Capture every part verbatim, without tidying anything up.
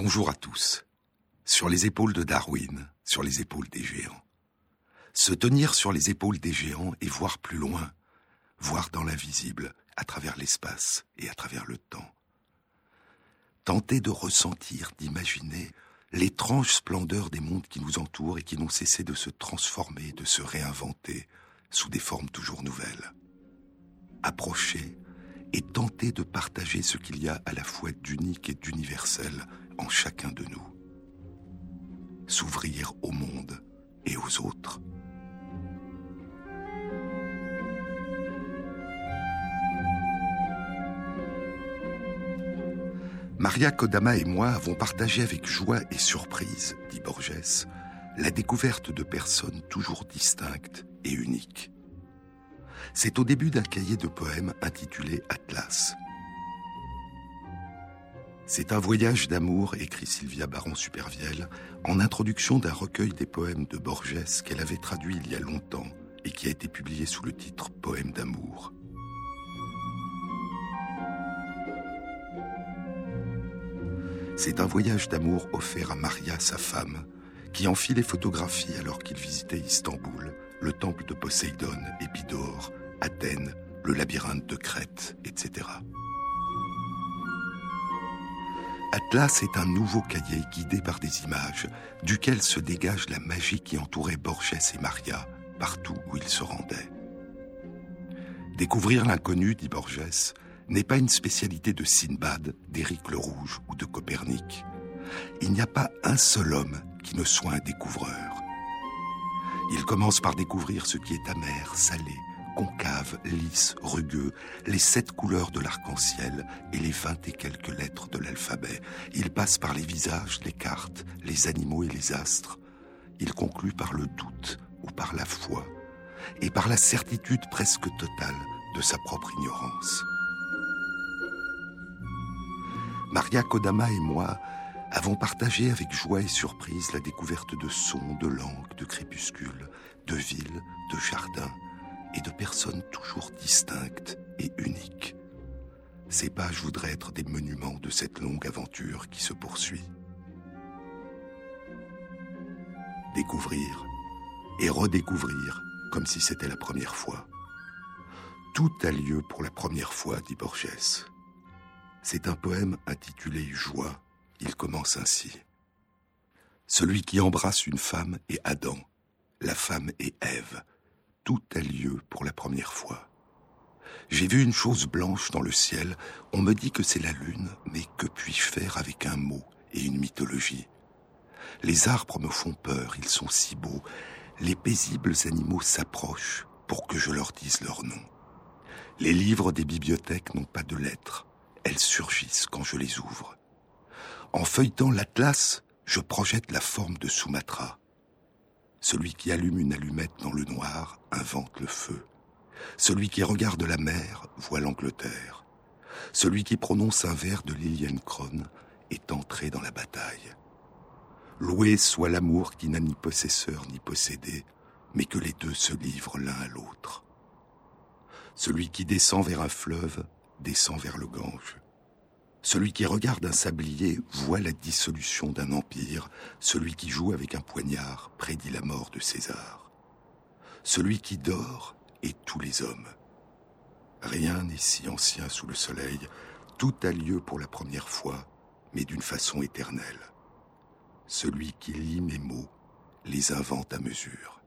Bonjour à tous. Sur les épaules de Darwin, sur les épaules des géants. Se tenir sur les épaules des géants et voir plus loin, voir dans l'invisible, à travers l'espace et à travers le temps. Tenter de ressentir, d'imaginer l'étrange splendeur des mondes qui nous entourent et qui n'ont cessé de se transformer, de se réinventer sous des formes toujours nouvelles. Approcher et tenter de partager ce qu'il y a à la fois d'unique et d'universel en chacun de nous. S'ouvrir au monde et aux autres. Maria Kodama et moi avons partagé avec joie et surprise, dit Borges, la découverte de personnes toujours distinctes et uniques. C'est au début d'un cahier de poèmes intitulé Atlas. C'est un voyage d'amour, écrit Sylvia Baron-Supervielle, en introduction d'un recueil des poèmes de Borges qu'elle avait traduit il y a longtemps et qui a été publié sous le titre Poèmes d'amour. C'est un voyage d'amour offert à Maria, sa femme, qui en fit les photographies alors qu'il visitait Istanbul, le temple de Poséidon, Épidore, Athènes, le labyrinthe de Crète, et cetera. Atlas est un nouveau cahier guidé par des images, duquel se dégage la magie qui entourait Borges et Maria, partout où ils se rendaient. Découvrir l'inconnu, dit Borges, n'est pas une spécialité de Sinbad, d'Éric le Rouge ou de Copernic. Il n'y a pas un seul homme qui ne soit un découvreur. Il commence par découvrir ce qui est amer, salé, concave, lisse, rugueux, les sept couleurs de l'arc-en-ciel et les vingt et quelques lettres de l'alphabet. Il passe par les visages, les cartes, les animaux et les astres. Il conclut par le doute ou par la foi et par la certitude presque totale de sa propre ignorance. Maria Kodama et moi avons partagé avec joie et surprise la découverte de sons, de langues, de crépuscules, de villes, de jardins et de personnes toujours distinctes et uniques. Ces pages voudraient être des monuments de cette longue aventure qui se poursuit. Découvrir et redécouvrir comme si c'était la première fois. Tout a lieu pour la première fois, dit Borges. C'est un poème intitulé « Joie ». Il commence ainsi. Celui qui embrasse une femme est Adam, la femme est Ève. Tout a lieu pour la première fois. J'ai vu une chose blanche dans le ciel, on me dit que c'est la lune, mais que puis-je faire avec un mot et une mythologie? Les arbres me font peur, ils sont si beaux, les paisibles animaux s'approchent pour que je leur dise leur nom. Les livres des bibliothèques n'ont pas de lettres, elles surgissent quand je les ouvre. En feuilletant l'Atlas, je projette la forme de Sumatra. Celui qui allume une allumette dans le noir invente le feu. Celui qui regarde la mer voit l'Angleterre. Celui qui prononce un vers de Liliencron est entré dans la bataille. Loué soit l'amour qui n'a ni possesseur ni possédé, mais que les deux se livrent l'un à l'autre. Celui qui descend vers un fleuve descend vers le Gange. Celui qui regarde un sablier voit la dissolution d'un empire. Celui qui joue avec un poignard prédit la mort de César. Celui qui dort est tous les hommes. Rien n'est si ancien sous le soleil. Tout a lieu pour la première fois, mais d'une façon éternelle. Celui qui lit mes mots les invente à mesure.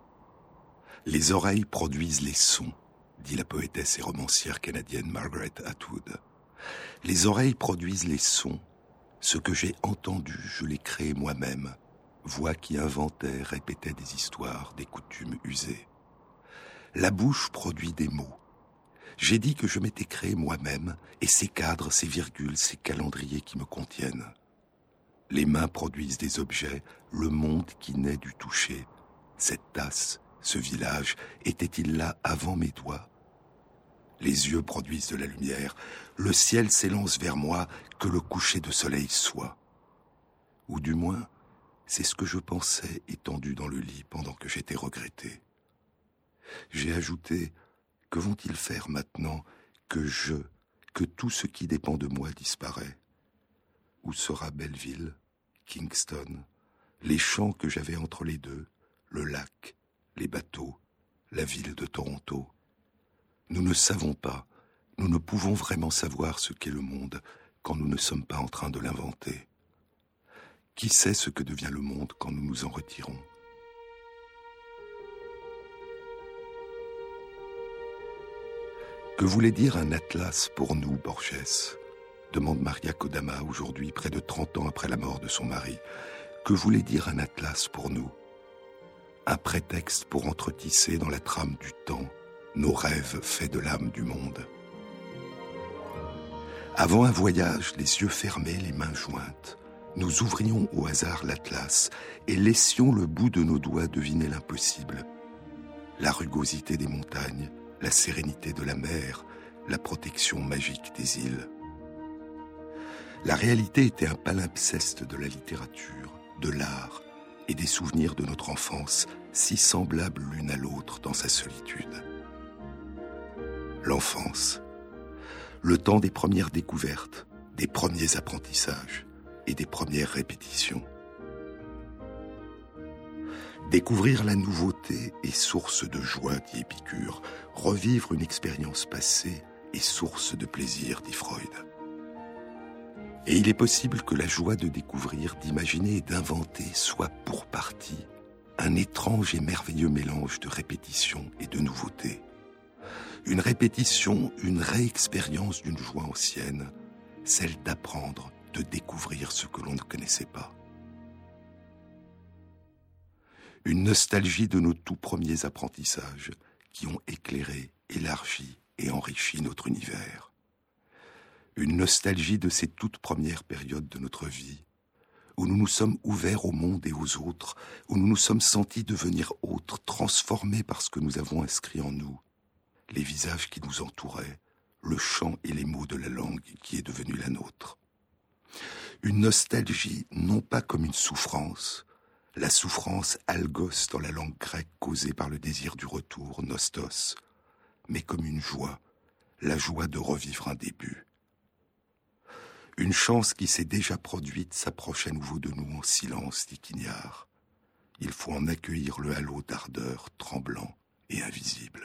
Les oreilles produisent les sons, dit la poétesse et romancière canadienne Margaret Atwood. Les oreilles produisent les sons. Ce que j'ai entendu, je l'ai créé moi-même. Voix qui inventaient, répétaient des histoires, des coutumes usées. La bouche produit des mots. J'ai dit que je m'étais créé moi-même, et ces cadres, ces virgules, ces calendriers qui me contiennent. Les mains produisent des objets, le monde qui naît du toucher. Cette tasse, ce village, était-il là avant mes doigts? Les yeux produisent de la lumière, le ciel s'élance vers moi, que le coucher de soleil soit. Ou du moins, c'est ce que je pensais étendu dans le lit pendant que j'étais regretté. J'ai ajouté, que vont-ils faire maintenant que je, que tout ce qui dépend de moi disparaît? où sera Belleville, Kingston, les champs que j'avais entre les deux, le lac, les bateaux, la ville de Toronto. Nous ne savons pas, nous ne pouvons vraiment savoir ce qu'est le monde quand nous ne sommes pas en train de l'inventer. Qui sait ce que devient le monde quand nous nous en retirons ? Que voulait dire un atlas pour nous, Borges ? Demande Maria Kodama aujourd'hui, près de trente ans après la mort de son mari. Que voulait dire un atlas pour nous ? Un prétexte pour entretisser dans la trame du temps nos rêves faits de l'âme du monde. Avant un voyage, les yeux fermés, les mains jointes, nous ouvrions au hasard l'atlas et laissions le bout de nos doigts deviner l'impossible. La rugosité des montagnes, la sérénité de la mer, la protection magique des îles. La réalité était un palimpseste de la littérature, de l'art et des souvenirs de notre enfance, si semblables l'une à l'autre dans sa solitude. L'enfance, le temps des premières découvertes, des premiers apprentissages et des premières répétitions. Découvrir la nouveauté est source de joie, dit Épicure. Revivre une expérience passée est source de plaisir, dit Freud. Et il est possible que la joie de découvrir, d'imaginer et d'inventer soit pour partie un étrange et merveilleux mélange de répétition et de nouveauté. Une répétition, une réexpérience d'une joie ancienne, celle d'apprendre, de découvrir ce que l'on ne connaissait pas. Une nostalgie de nos tout premiers apprentissages qui ont éclairé, élargi et enrichi notre univers. Une nostalgie de ces toutes premières périodes de notre vie, où nous nous sommes ouverts au monde et aux autres, où nous nous sommes sentis devenir autres, transformés par ce que nous avons inscrit en nous, les visages qui nous entouraient, le chant et les mots de la langue qui est devenue la nôtre. Une nostalgie non pas comme une souffrance, la souffrance algos dans la langue grecque causée par le désir du retour, nostos, mais comme une joie, la joie de revivre un début. Une chance qui s'est déjà produite s'approche à nouveau de nous en silence, dit Quignard. Il faut en accueillir le halo d'ardeur tremblant et invisible.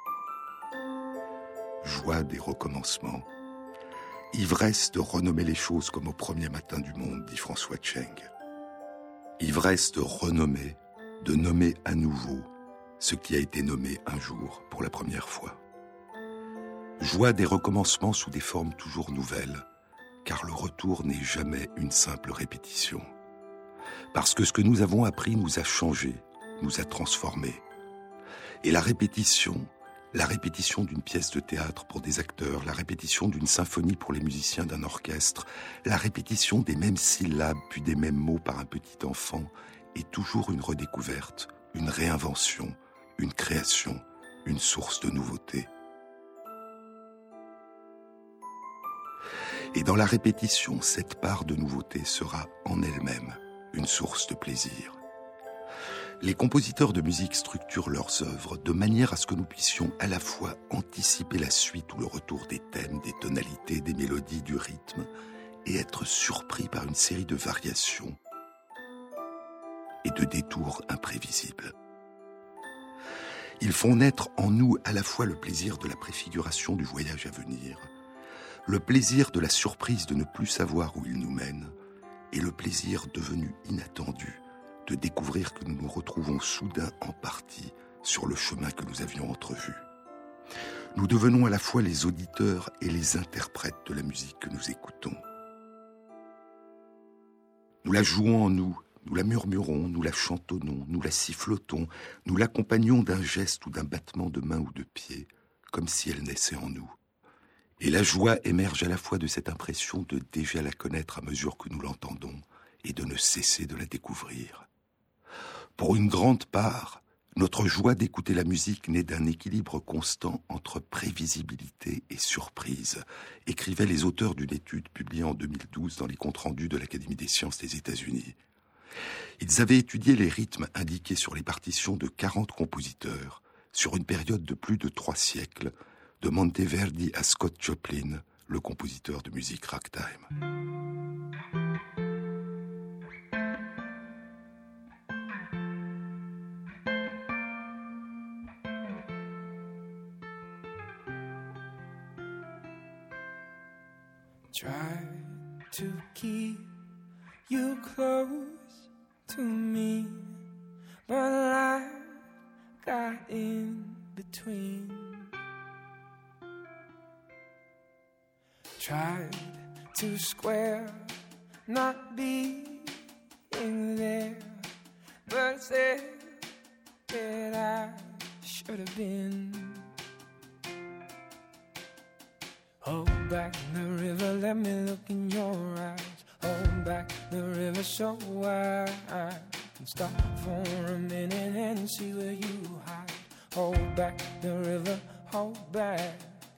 Joie des recommencements. Ivresse de renommer les choses comme au premier matin du monde, dit François Cheng. Ivresse de renommer, de nommer à nouveau ce qui a été nommé un jour pour la première fois. Joie des recommencements sous des formes toujours nouvelles, car le retour n'est jamais une simple répétition. Parce que ce que nous avons appris nous a changés, nous a transformés. Et la répétition, la répétition d'une pièce de théâtre pour des acteurs, la répétition d'une symphonie pour les musiciens d'un orchestre, la répétition des mêmes syllabes puis des mêmes mots par un petit enfant est toujours une redécouverte, une réinvention, une création, une source de nouveauté. Et dans la répétition, cette part de nouveauté sera en elle-même une source de plaisir. Les compositeurs de musique structurent leurs œuvres de manière à ce que nous puissions à la fois anticiper la suite ou le retour des thèmes, des tonalités, des mélodies, du rythme, et être surpris par une série de variations et de détours imprévisibles. Ils font naître en nous à la fois le plaisir de la préfiguration du voyage à venir, le plaisir de la surprise de ne plus savoir où ils nous mènent, et le plaisir devenu inattendu de découvrir que nous nous retrouvons soudain en partie sur le chemin que nous avions entrevu. Nous devenons à la fois les auditeurs et les interprètes de la musique que nous écoutons. Nous la jouons en nous, nous la murmurons, nous la chantonnons, nous la sifflotons, nous l'accompagnons d'un geste ou d'un battement de main ou de pied, comme si elle naissait en nous. Et la joie émerge à la fois de cette impression de déjà la connaître à mesure que nous l'entendons et de ne cesser de la découvrir. Pour une grande part, notre joie d'écouter la musique naît d'un équilibre constant entre prévisibilité et surprise, écrivaient les auteurs d'une étude publiée en deux mille douze dans les comptes rendus de l'Académie des sciences des États-Unis. Ils avaient étudié les rythmes indiqués sur les partitions de quarante compositeurs sur une période de plus de trois siècles, de Monteverdi à Scott Joplin, le compositeur de musique ragtime. Try to keep you close to me, but life got in between. Tried to square not being there, but said that I should have been. Hold back the river, let me look in your eyes. Hold back the river so I can stop for a minute and see where you hide. Hold back the river, hold back.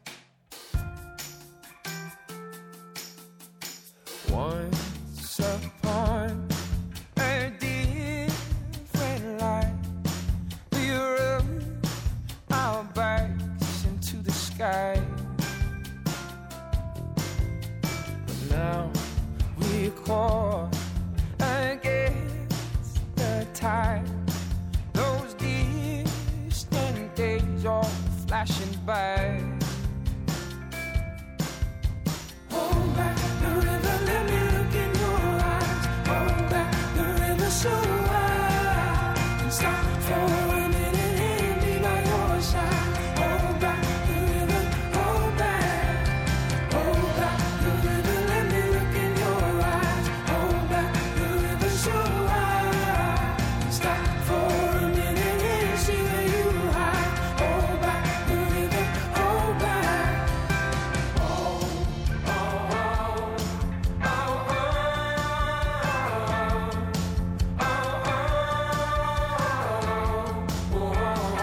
Once upon a different life, we rode our bikes into the sky. But now we caught against the tide. Those distant days are flashing by. Hold back the river, let me look in your eyes. Hold back the river so I can stop for a minute and be by your side. Hold back the river, hold back. Hold back the river, let me look in your eyes. Hold back the river so I can stop for a minute and see where you hide. Hold back the river, hold back. Oh, oh, oh, oh, oh, oh, oh,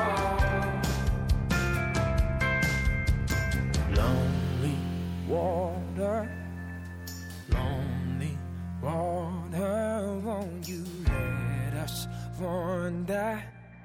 oh. Lonely water, lonely water, won't you let us wander?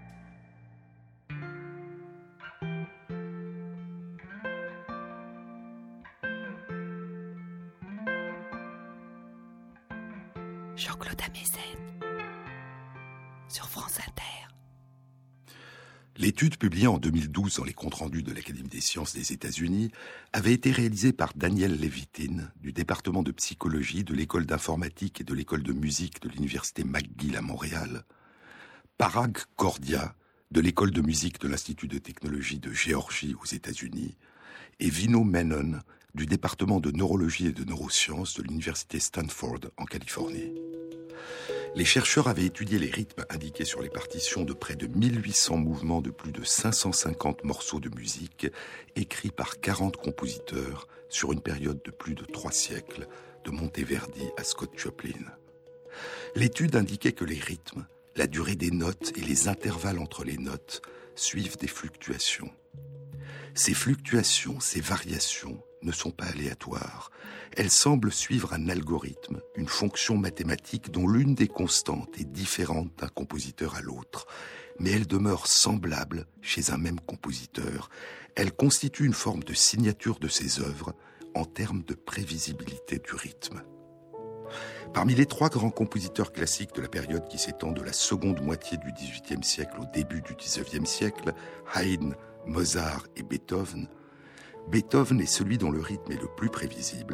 Jean-Claude Amezen sur France Inter. L'étude publiée en deux mille douze dans les comptes rendus de l'Académie des sciences des États-Unis avait été réalisée par Daniel Levitin du département de psychologie de l'école d'informatique et de l'école de musique de l'université McGill à Montréal, Parag Kordia de l'école de musique de l'Institut de technologie de Géorgie aux États-Unis et Vino Menon du département de neurologie et de neurosciences de l'université Stanford en Californie. Les chercheurs avaient étudié les rythmes indiqués sur les partitions de près de mille huit cents mouvements de plus de cinq cent cinquante morceaux de musique écrits par quarante compositeurs sur une période de plus de trois siècles, de Monteverdi à Scott Joplin. L'étude indiquait que les rythmes, la durée des notes et les intervalles entre les notes suivent des fluctuations. Ces fluctuations, ces variations ne sont pas aléatoires. Elles semblent suivre un algorithme, une fonction mathématique dont l'une des constantes est différente d'un compositeur à l'autre, mais elles demeurent semblables chez un même compositeur. Elles constituent une forme de signature de ses œuvres en termes de prévisibilité du rythme. Parmi les trois grands compositeurs classiques de la période qui s'étend de la seconde moitié du dix-huitième siècle au début du dix-neuvième siècle, Haydn, Mozart et Beethoven, Beethoven est celui dont le rythme est le plus prévisible.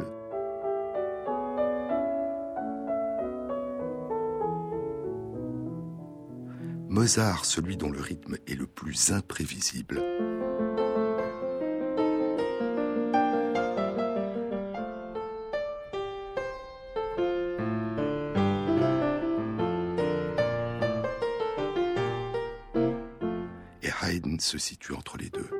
Mozart, celui dont le rythme est le plus imprévisible. Et Haydn se situe entre les deux.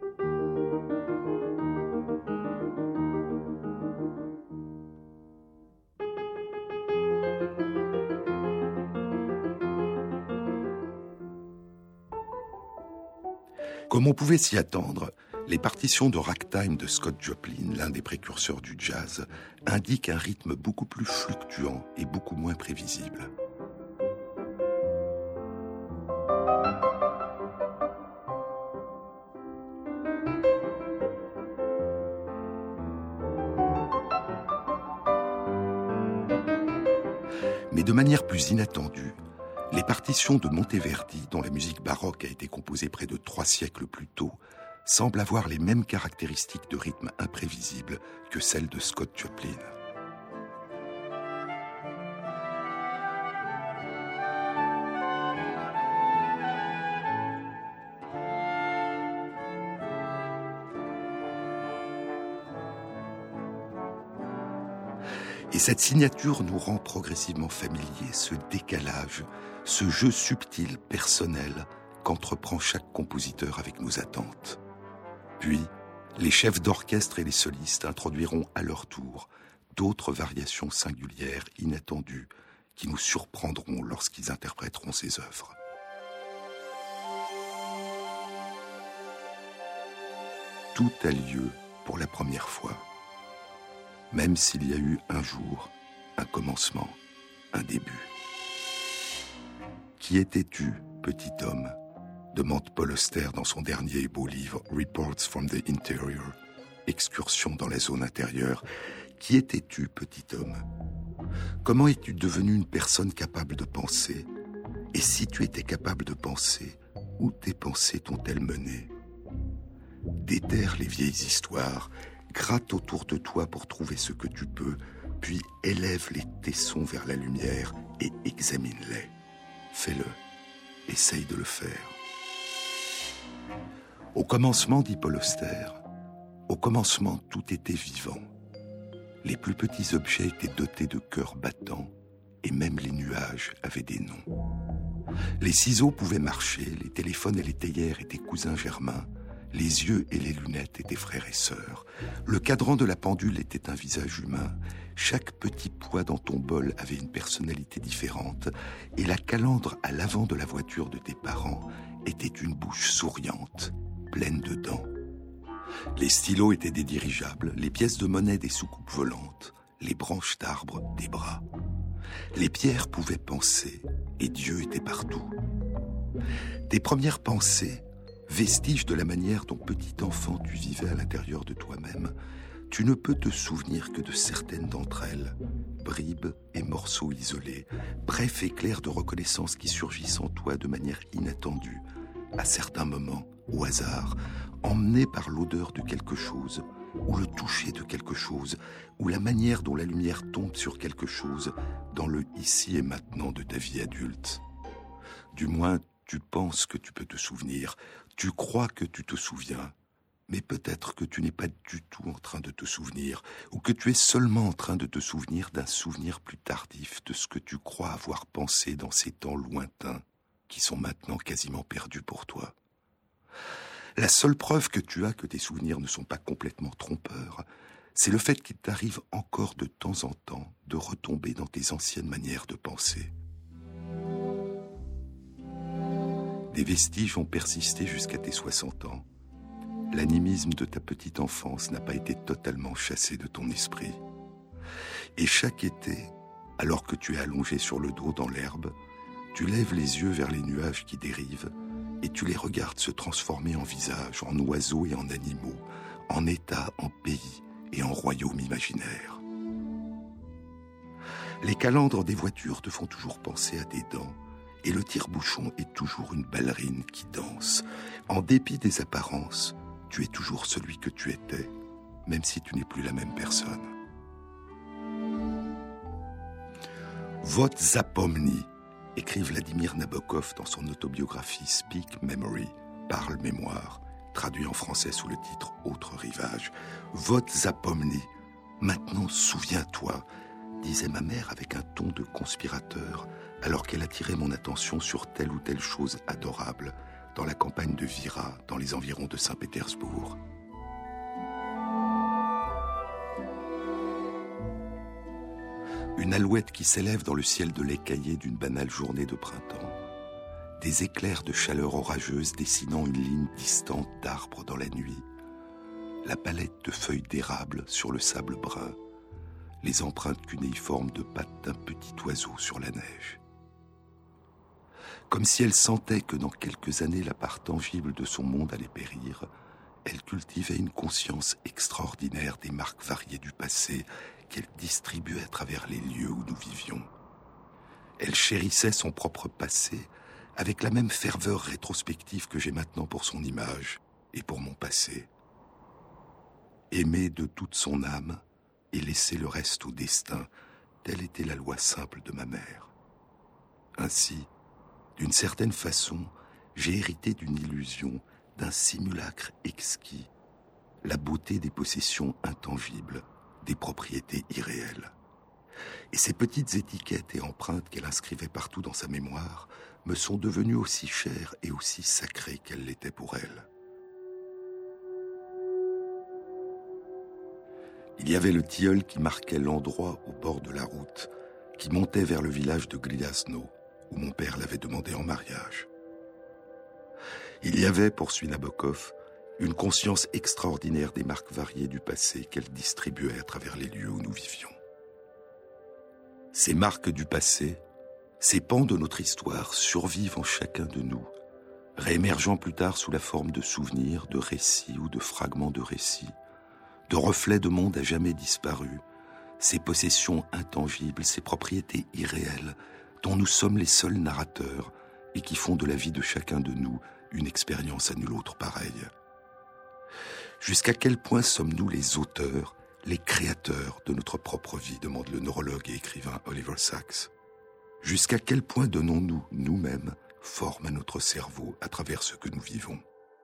Comme on pouvait s'y attendre, les partitions de ragtime de Scott Joplin, l'un des précurseurs du jazz, indiquent un rythme beaucoup plus fluctuant et beaucoup moins prévisible. Mais de manière plus inattendue, les partitions de Monteverdi, dont la musique baroque a été composée près de trois siècles plus tôt, semblent avoir les mêmes caractéristiques de rythme imprévisible que celles de Scott Joplin. Et cette signature nous rend progressivement familier ce décalage, ce jeu subtil, personnel, qu'entreprend chaque compositeur avec nos attentes. Puis, les chefs d'orchestre et les solistes introduiront à leur tour d'autres variations singulières, inattendues, qui nous surprendront lorsqu'ils interpréteront ces œuvres. Tout a lieu pour la première fois. Même s'il y a eu un jour, un commencement, un début. Qui étais-tu, petit homme ? Demande Paul Auster dans son dernier et beau livre Reports from the Interior, Excursion dans la zone intérieure. Qui étais-tu, petit homme ? Comment es-tu devenu une personne capable de penser ? Et si tu étais capable de penser, où tes pensées t'ont-elles mené ? Déterre les vieilles histoires, gratte autour de toi pour trouver ce que tu peux, puis élève les tessons vers la lumière et examine-les. Fais-le, essaye de le faire. Au commencement, dit Paul Auster, au commencement, tout était vivant. Les plus petits objets étaient dotés de cœurs battants, et même les nuages avaient des noms. Les ciseaux pouvaient marcher, les téléphones et les théières étaient cousins germains, les yeux et les lunettes étaient frères et sœurs. Le cadran de la pendule était un visage humain. Chaque petit pois dans ton bol avait une personnalité différente. Et la calandre à l'avant de la voiture de tes parents était une bouche souriante, pleine de dents. Les stylos étaient des dirigeables, les pièces de monnaie des soucoupes volantes, les branches d'arbres des bras. Les pierres pouvaient penser, et Dieu était partout. Tes premières pensées, vestige de la manière dont petit enfant tu vivais à l'intérieur de toi-même, tu ne peux te souvenir que de certaines d'entre elles, bribes et morceaux isolés, brefs éclairs de reconnaissance qui surgissent en toi de manière inattendue, à certains moments, au hasard, emmenés par l'odeur de quelque chose, ou le toucher de quelque chose, ou la manière dont la lumière tombe sur quelque chose dans le ici et maintenant de ta vie adulte. Du moins, tu penses que tu peux te souvenir, tu crois que tu te souviens, mais peut-être que tu n'es pas du tout en train de te souvenir, ou que tu es seulement en train de te souvenir d'un souvenir plus tardif de ce que tu crois avoir pensé dans ces temps lointains, qui sont maintenant quasiment perdus pour toi. La seule preuve que tu as que tes souvenirs ne sont pas complètement trompeurs, c'est le fait qu'il t'arrive encore de temps en temps de retomber dans tes anciennes manières de penser. Des vestiges ont persisté jusqu'à tes soixante ans. L'animisme de ta petite enfance n'a pas été totalement chassé de ton esprit. Et chaque été, alors que tu es allongé sur le dos dans l'herbe, tu lèves les yeux vers les nuages qui dérivent et tu les regardes se transformer en visages, en oiseaux et en animaux, en états, en pays et en royaumes imaginaires. Les calandres des voitures te font toujours penser à des dents, et le tire-bouchon est toujours une ballerine qui danse. En dépit des apparences, tu es toujours celui que tu étais, même si tu n'es plus la même personne. Vot zapomni, écrit Vladimir Nabokov dans son autobiographie Speak Memory, Parle mémoire, traduit en français sous le titre Autre rivage. Vot zapomni, maintenant souviens-toi, disait ma mère avec un ton de conspirateur, alors qu'elle attirait mon attention sur telle ou telle chose adorable dans la campagne de Vira, dans les environs de Saint-Pétersbourg. Une alouette qui s'élève dans le ciel de l'écaillé d'une banale journée de printemps. Des éclairs de chaleur orageuse dessinant une ligne distante d'arbres dans la nuit. La palette de feuilles d'érable sur le sable brun. Les empreintes cunéiformes de pattes d'un petit oiseau sur la neige. Comme si elle sentait que dans quelques années la part tangible de son monde allait périr, elle cultivait une conscience extraordinaire des marques variées du passé qu'elle distribuait à travers les lieux où nous vivions. Elle chérissait son propre passé avec la même ferveur rétrospective que j'ai maintenant pour son image et pour mon passé. Aimer de toute son âme et laisser le reste au destin, telle était la loi simple de ma mère. Ainsi, d'une certaine façon, j'ai hérité d'une illusion, d'un simulacre exquis, la beauté des possessions intangibles, des propriétés irréelles. Et ces petites étiquettes et empreintes qu'elle inscrivait partout dans sa mémoire me sont devenues aussi chères et aussi sacrées qu'elles l'étaient pour elle. Il y avait le tilleul qui marquait l'endroit au bord de la route, qui montait vers le village de Gliasno, où mon père l'avait demandé en mariage. Il y avait, poursuit Nabokov, une conscience extraordinaire des marques variées du passé qu'elle distribuait à travers les lieux où nous vivions. Ces marques du passé, ces pans de notre histoire survivent en chacun de nous, réémergeant plus tard sous la forme de souvenirs, de récits ou de fragments de récits, de reflets de monde à jamais disparus, ces possessions intangibles, ces propriétés irréelles dont nous sommes les seuls narrateurs et qui font de la vie de chacun de nous une expérience à nul autre pareille. Jusqu'à quel point sommes-nous les auteurs, les créateurs de notre propre vie, demande le neurologue et écrivain Oliver Sacks. Jusqu'à quel point donnons-nous, nous-mêmes, forme à notre cerveau à travers ce que nous vivons.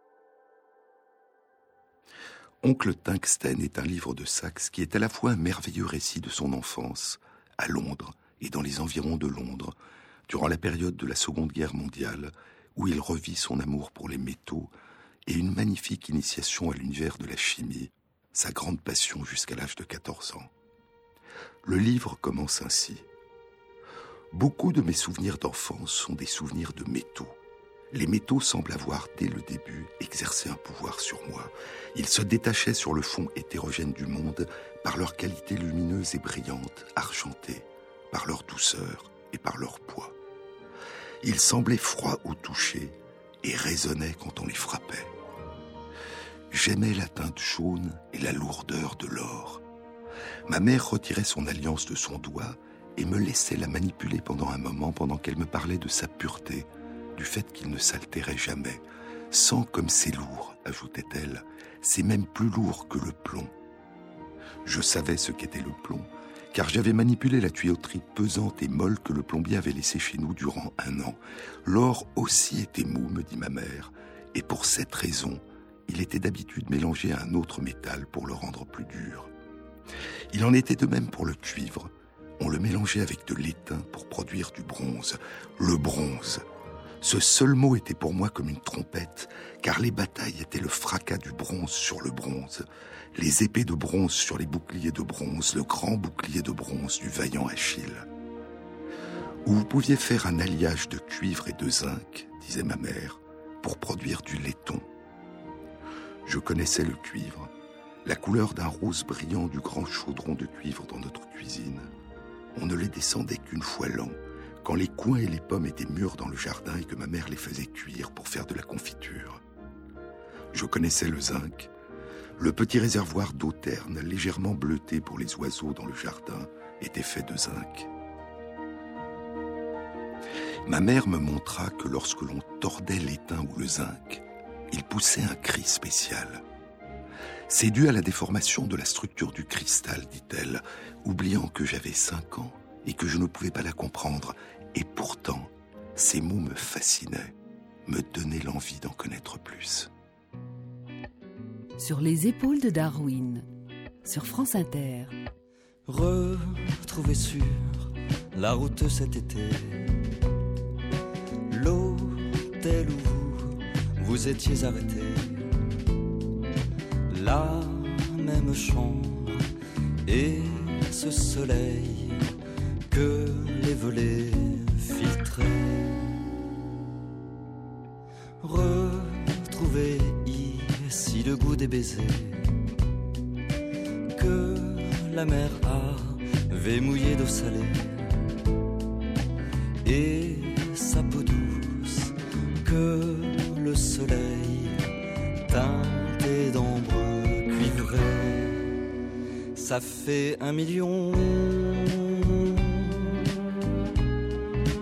Oncle Tungsten est un livre de Sacks qui est à la fois un merveilleux récit de son enfance, à Londres et dans les environs de Londres, durant la période de la Seconde Guerre mondiale, où il revit son amour pour les métaux et une magnifique initiation à l'univers de la chimie, sa grande passion jusqu'à l'âge de quatorze ans. Le livre commence ainsi. Beaucoup de mes souvenirs d'enfance sont des souvenirs de métaux. Les métaux semblent avoir, dès le début, exercé un pouvoir sur moi. Ils se détachaient sur le fond hétérogène du monde par leur qualité lumineuse et brillante, argentée, par leur douceur et par leur poids. Ils semblaient froids au toucher et résonnaient quand on les frappait. J'aimais la teinte jaune et la lourdeur de l'or. Ma mère retirait son alliance de son doigt et me laissait la manipuler pendant un moment pendant qu'elle me parlait de sa pureté, du fait qu'il ne s'altérait jamais. Sans comme c'est lourd, ajoutait-elle, c'est même plus lourd que le plomb. Je savais ce qu'était le plomb, car j'avais manipulé la tuyauterie pesante et molle que le plombier avait laissée chez nous durant un an. L'or aussi était mou, me dit ma mère, et pour cette raison, il était d'habitude mélangé à un autre métal pour le rendre plus dur. Il en était de même pour le cuivre. On le mélangeait avec de l'étain pour produire du bronze. Le bronze. Ce seul mot était pour moi comme une trompette, car les batailles étaient le fracas du bronze sur le bronze, les épées de bronze sur les boucliers de bronze, le grand bouclier de bronze du vaillant Achille. Où vous pouviez faire un alliage de cuivre et de zinc, disait ma mère, pour produire du laiton. Je connaissais le cuivre, la couleur d'un rose brillant du grand chaudron de cuivre dans notre cuisine. On ne les descendait qu'une fois l'an, quand les coings et les pommes étaient mûrs dans le jardin et que ma mère les faisait cuire pour faire de la confiture. Je connaissais le zinc, le petit réservoir d'eau terne, légèrement bleuté pour les oiseaux dans le jardin, était fait de zinc. Ma mère me montra que lorsque l'on tordait l'étain ou le zinc, il poussait un cri spécial. C'est dû à la déformation de la structure du cristal, dit-elle, oubliant que j'avais cinq ans et que je ne pouvais pas la comprendre. Et pourtant, ces mots me fascinaient, me donnaient l'envie d'en connaître plus. Sur les épaules de Darwin, sur France Inter. Retrouver sur la route cet été, l'hôtel où vous vous étiez arrêté, la même chambre et ce soleil que les volets filtraient. Retrouver ici le goût des baisers que la mer avait mouillé d'eau salée et sa peau douce que le soleil teinté d'ambre cuivré. Ça fait un million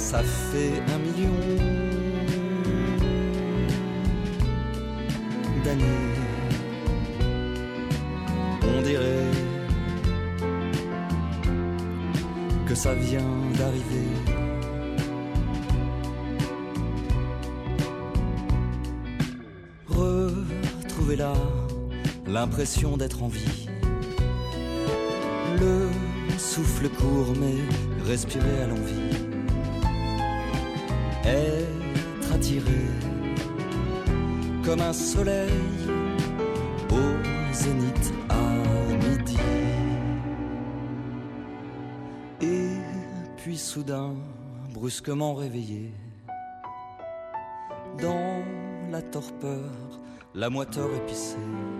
ça fait un million d'années. On dirait que ça vient d'arriver. Retrouvez là l'impression d'être en vie. Le souffle court mais respirer à l'envie. Être attiré comme un soleil au zénith à midi. Et puis soudain, brusquement réveillé, dans la torpeur, la moiteur épicée,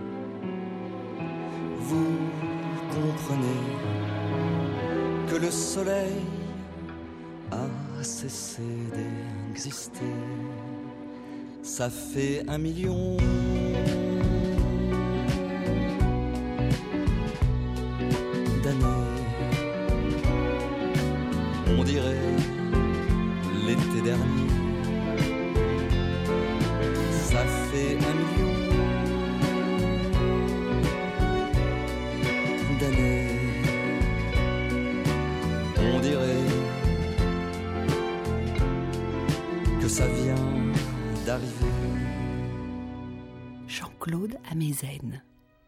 vous comprenez que le soleil a cessé d'exister. Ça fait un million d'années. On dirait l'été dernier. Ça fait un million d'années. On dirait que ça vient d'arriver. Jean-Claude Amezen.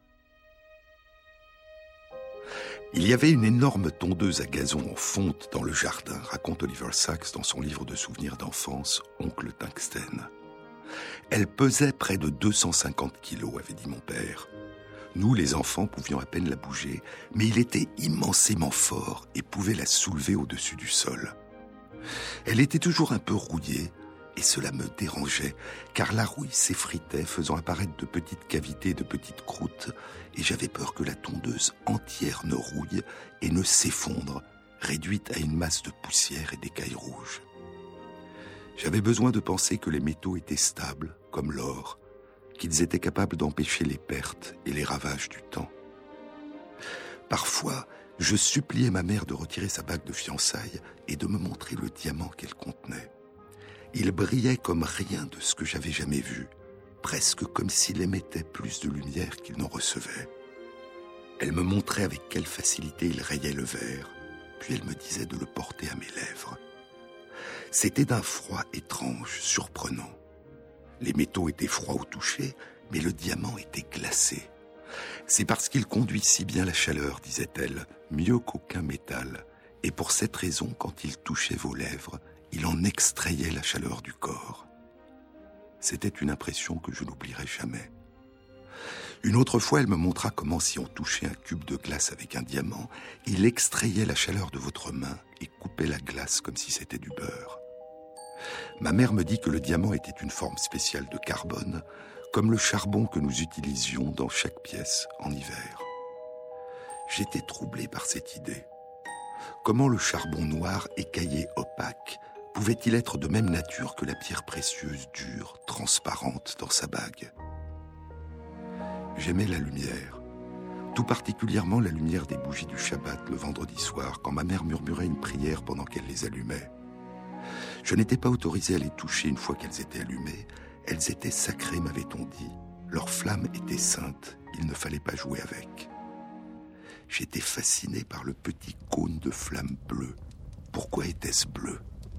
Il y avait une énorme tondeuse à gazon en fonte dans le jardin, raconte Oliver Sacks dans son livre de souvenirs d'enfance, Oncle Tungsten. Elle pesait près de deux cent cinquante kilos, avait dit mon père. Nous, les enfants, pouvions à peine la bouger, mais il était immensément fort et pouvait la soulever au-dessus du sol. Elle était toujours un peu rouillée, et cela me dérangeait, car la rouille s'effritait, faisant apparaître de petites cavités, de petites croûtes, et j'avais peur que la tondeuse entière ne rouille et ne s'effondre, réduite à une masse de poussière et d'écailles rouges. J'avais besoin de penser que les métaux étaient stables, comme l'or, qu'ils étaient capables d'empêcher les pertes et les ravages du temps. Parfois, je suppliais ma mère de retirer sa bague de fiançailles et de me montrer le diamant qu'elle contenait. Il brillait comme rien de ce que j'avais jamais vu, presque comme s'il émettait plus de lumière qu'il n'en recevait. Elle me montrait avec quelle facilité il rayait le verre, puis elle me disait de le porter à mes lèvres. C'était d'un froid étrange, surprenant. Les métaux étaient froids au toucher, mais le diamant était glacé. C'est parce qu'il conduit si bien la chaleur, disait-elle, mieux qu'aucun métal. Et pour cette raison, quand il touchait vos lèvres, il en extrayait la chaleur du corps. C'était une impression que je n'oublierai jamais. Une autre fois, elle me montra comment, si on touchait un cube de glace avec un diamant, il extrayait la chaleur de votre main et coupait la glace comme si c'était du beurre. Ma mère me dit que le diamant était une forme spéciale de carbone, comme le charbon que nous utilisions dans chaque pièce en hiver. J'étais troublé par cette idée. Comment le charbon noir, écaillé, opaque, pouvait-il être de même nature que la pierre précieuse, dure, transparente dans sa bague ? J'aimais la lumière, tout particulièrement la lumière des bougies du Shabbat le vendredi soir, quand ma mère murmurait une prière pendant qu'elle les allumait. Je n'étais pas autorisé à les toucher une fois qu'elles étaient allumées. Elles étaient sacrées, m'avait-on dit. Leur flamme était sainte, il ne fallait pas jouer avec. J'étais fasciné par le petit cône de flamme bleue. Pourquoi était-ce bleu ?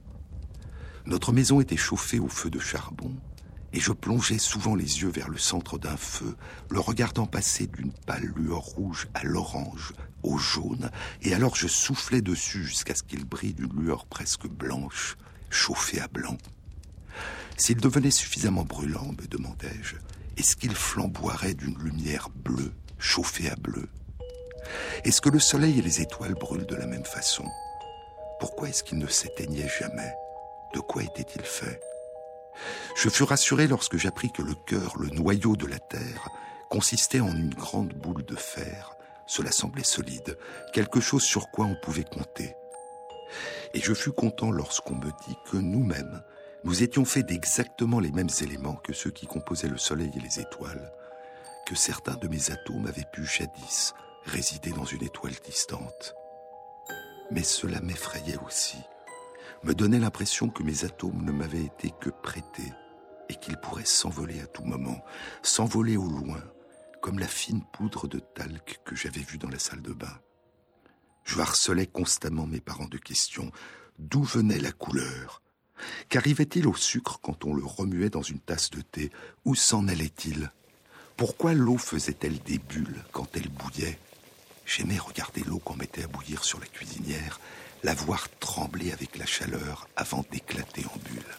Notre maison était chauffée au feu de charbon, et je plongeais souvent les yeux vers le centre d'un feu, le regardant passer d'une pâle lueur rouge à l'orange, au jaune, et alors je soufflais dessus jusqu'à ce qu'il brille d'une lueur presque blanche, chauffée à blanc. S'il devenait suffisamment brûlant, me demandai-je, est-ce qu'il flamboierait d'une lumière bleue, chauffée à bleu ? Est-ce que le soleil et les étoiles brûlent de la même façon ? Pourquoi est-ce qu'ils ne s'éteignaient jamais ? De quoi était-il fait ? Je fus rassuré lorsque j'appris que le cœur, le noyau de la Terre, consistait en une grande boule de fer. Cela semblait solide, quelque chose sur quoi on pouvait compter. Et je fus content lorsqu'on me dit que nous-mêmes, nous étions faits d'exactement les mêmes éléments que ceux qui composaient le soleil et les étoiles, que certains de mes atomes avaient pu jadis résider dans une étoile distante. Mais cela m'effrayait aussi. me donnait l'impression que mes atomes ne m'avaient été que prêtés et qu'ils pourraient s'envoler à tout moment, s'envoler au loin, comme la fine poudre de talc que j'avais vue dans la salle de bain. Je harcelais constamment mes parents de questions. D'où venait la couleur ? Qu'arrivait-il au sucre quand on le remuait dans une tasse de thé ? Où s'en allait-il ? Pourquoi l'eau faisait-elle des bulles quand elle bouillait ? J'aimais regarder l'eau qu'on mettait à bouillir sur la cuisinière, la voir trembler avec la chaleur avant d'éclater en bulles.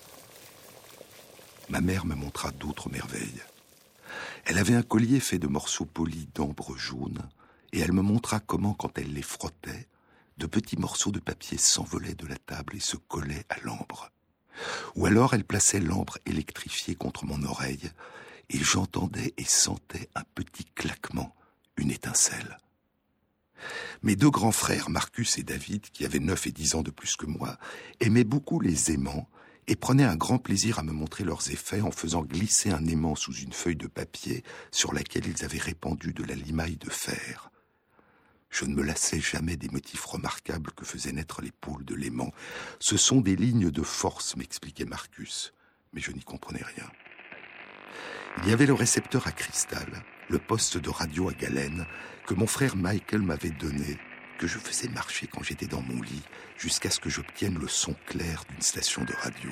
Ma mère me montra d'autres merveilles. Elle avait un collier fait de morceaux polis d'ambre jaune, et elle me montra comment, quand elle les frottait, de petits morceaux de papier s'envolaient de la table et se collaient à l'ambre. Ou alors elle plaçait l'ambre électrifié contre mon oreille, et j'entendais et sentais un petit claquement, une étincelle. Mes deux grands frères, Marcus et David, qui avaient neuf et dix ans de plus que moi, aimaient beaucoup les aimants et prenaient un grand plaisir à me montrer leurs effets en faisant glisser un aimant sous une feuille de papier sur laquelle ils avaient répandu de la limaille de fer. Je ne me lassais jamais des motifs remarquables que faisaient naître les pôles de l'aimant. Ce sont des lignes de force, m'expliquait Marcus, mais je n'y comprenais rien. Il y avait le récepteur à cristal, le poste de radio à galène, que mon frère Michael m'avait donné, que je faisais marcher quand j'étais dans mon lit, jusqu'à ce que j'obtienne le son clair d'une station de radio.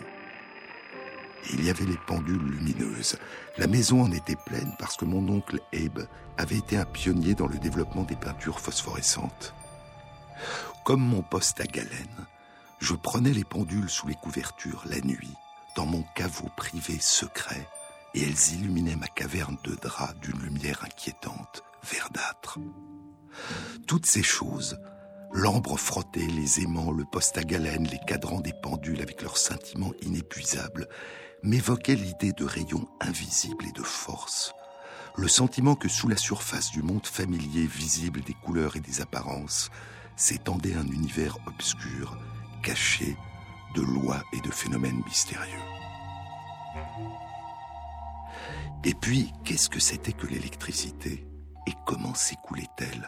Et il y avait les pendules lumineuses. La maison en était pleine parce que mon oncle Abe avait été un pionnier dans le développement des peintures phosphorescentes. Comme mon poste à galène, je prenais les pendules sous les couvertures la nuit, dans mon caveau privé secret, et elles illuminaient ma caverne de drap d'une lumière inquiétante, verdâtre. Toutes ces choses, l'ambre frotté, les aimants, le poste à galène, les cadrans des pendules avec leur scintillement inépuisable, m'évoquaient l'idée de rayons invisibles et de force, le sentiment que sous la surface du monde familier visible des couleurs et des apparences s'étendait un univers obscur, caché de lois et de phénomènes mystérieux. Et puis, qu'est-ce que c'était que l'électricité ? Et comment s'écoulait-elle ?